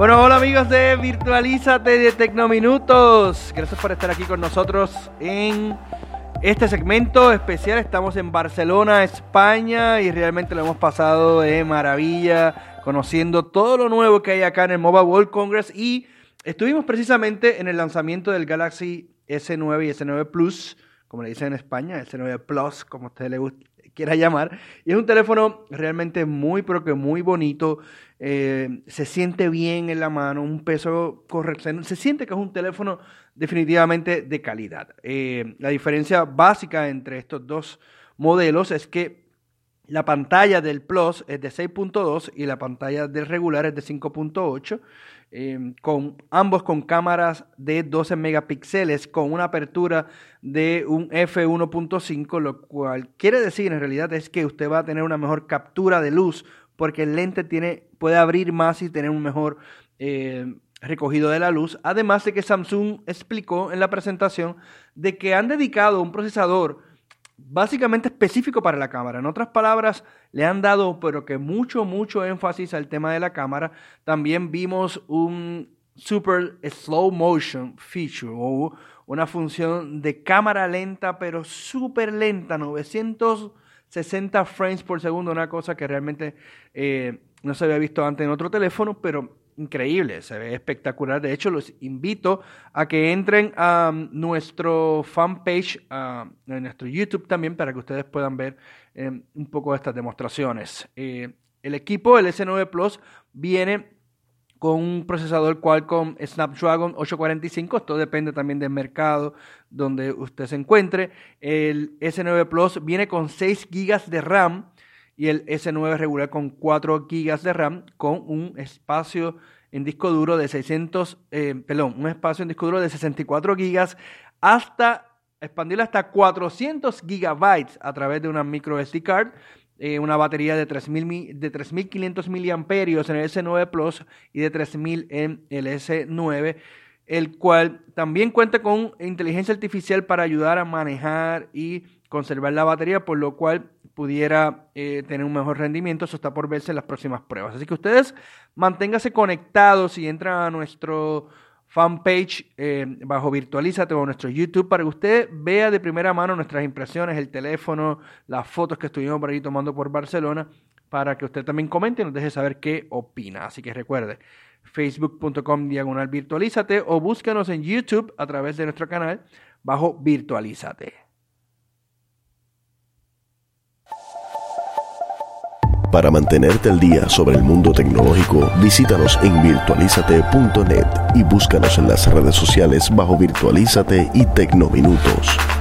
Bueno, hola amigos de Virtualízate de Tecnominutos. Gracias por estar aquí con nosotros en este segmento especial. Estamos en Barcelona, España, y realmente lo hemos pasado de maravilla, conociendo todo lo nuevo que hay acá en el Mobile World Congress. Y estuvimos precisamente en el lanzamiento del Galaxy S9 y S9 Plus, como le dicen en España, S9 Plus, como usted le quiera llamar. Y es un teléfono realmente muy, pero que muy bonito. Se siente bien en la mano, un peso correcto. Se siente que es un teléfono definitivamente de calidad. La diferencia básica entre estos dos modelos es que la pantalla del Plus es de 6.2 y la pantalla del regular es de 5.8. Ambos con cámaras de 12 megapíxeles con una apertura de un f1.5, lo cual quiere decir en realidad es que usted va a tener una mejor captura de luz porque el lente puede abrir más y tener un mejor recogido de la luz. Además de que Samsung explicó en la presentación de que han dedicado un procesador básicamente específico para la cámara. En otras palabras, le han dado pero que mucho énfasis al tema de la cámara. También vimos un super slow motion feature o una función de cámara lenta pero súper lenta, 960 frames por segundo, una cosa que realmente no se había visto antes en otro teléfono, pero increíble, se ve espectacular. De hecho, los invito a que entren a nuestro fanpage, en nuestro YouTube también, para que ustedes puedan ver un poco de estas demostraciones. El equipo, el S9 Plus, viene con un procesador Qualcomm Snapdragon 845. Esto depende también del mercado donde usted se encuentre. El S9 Plus viene con 6 GB de RAM y el S9 regular con 4 GB de RAM, con un espacio en disco duro de un espacio en disco duro de 64 GB hasta expandirlo hasta 400 GB a través de una micro SD card, una batería de 3.500 miliamperios en el S9 Plus y de 3.000 en el S9, el cual también cuenta con inteligencia artificial para ayudar a manejar y conservar la batería, por lo cual pudiera tener un mejor rendimiento. Eso está por verse en las próximas pruebas. Así que ustedes manténganse conectados y entran a nuestro fanpage bajo Virtualízate o nuestro YouTube para que usted vea de primera mano nuestras impresiones, el teléfono, las fotos que estuvimos por ahí tomando por Barcelona, para que usted también comente y nos deje saber qué opina. Así que recuerde, facebook.com/virtualízate o búscanos en YouTube a través de nuestro canal bajo Virtualízate. Para mantenerte al día sobre el mundo tecnológico, visítanos en virtualizate.net y búscanos en las redes sociales bajo Virtualízate y Tecnominutos.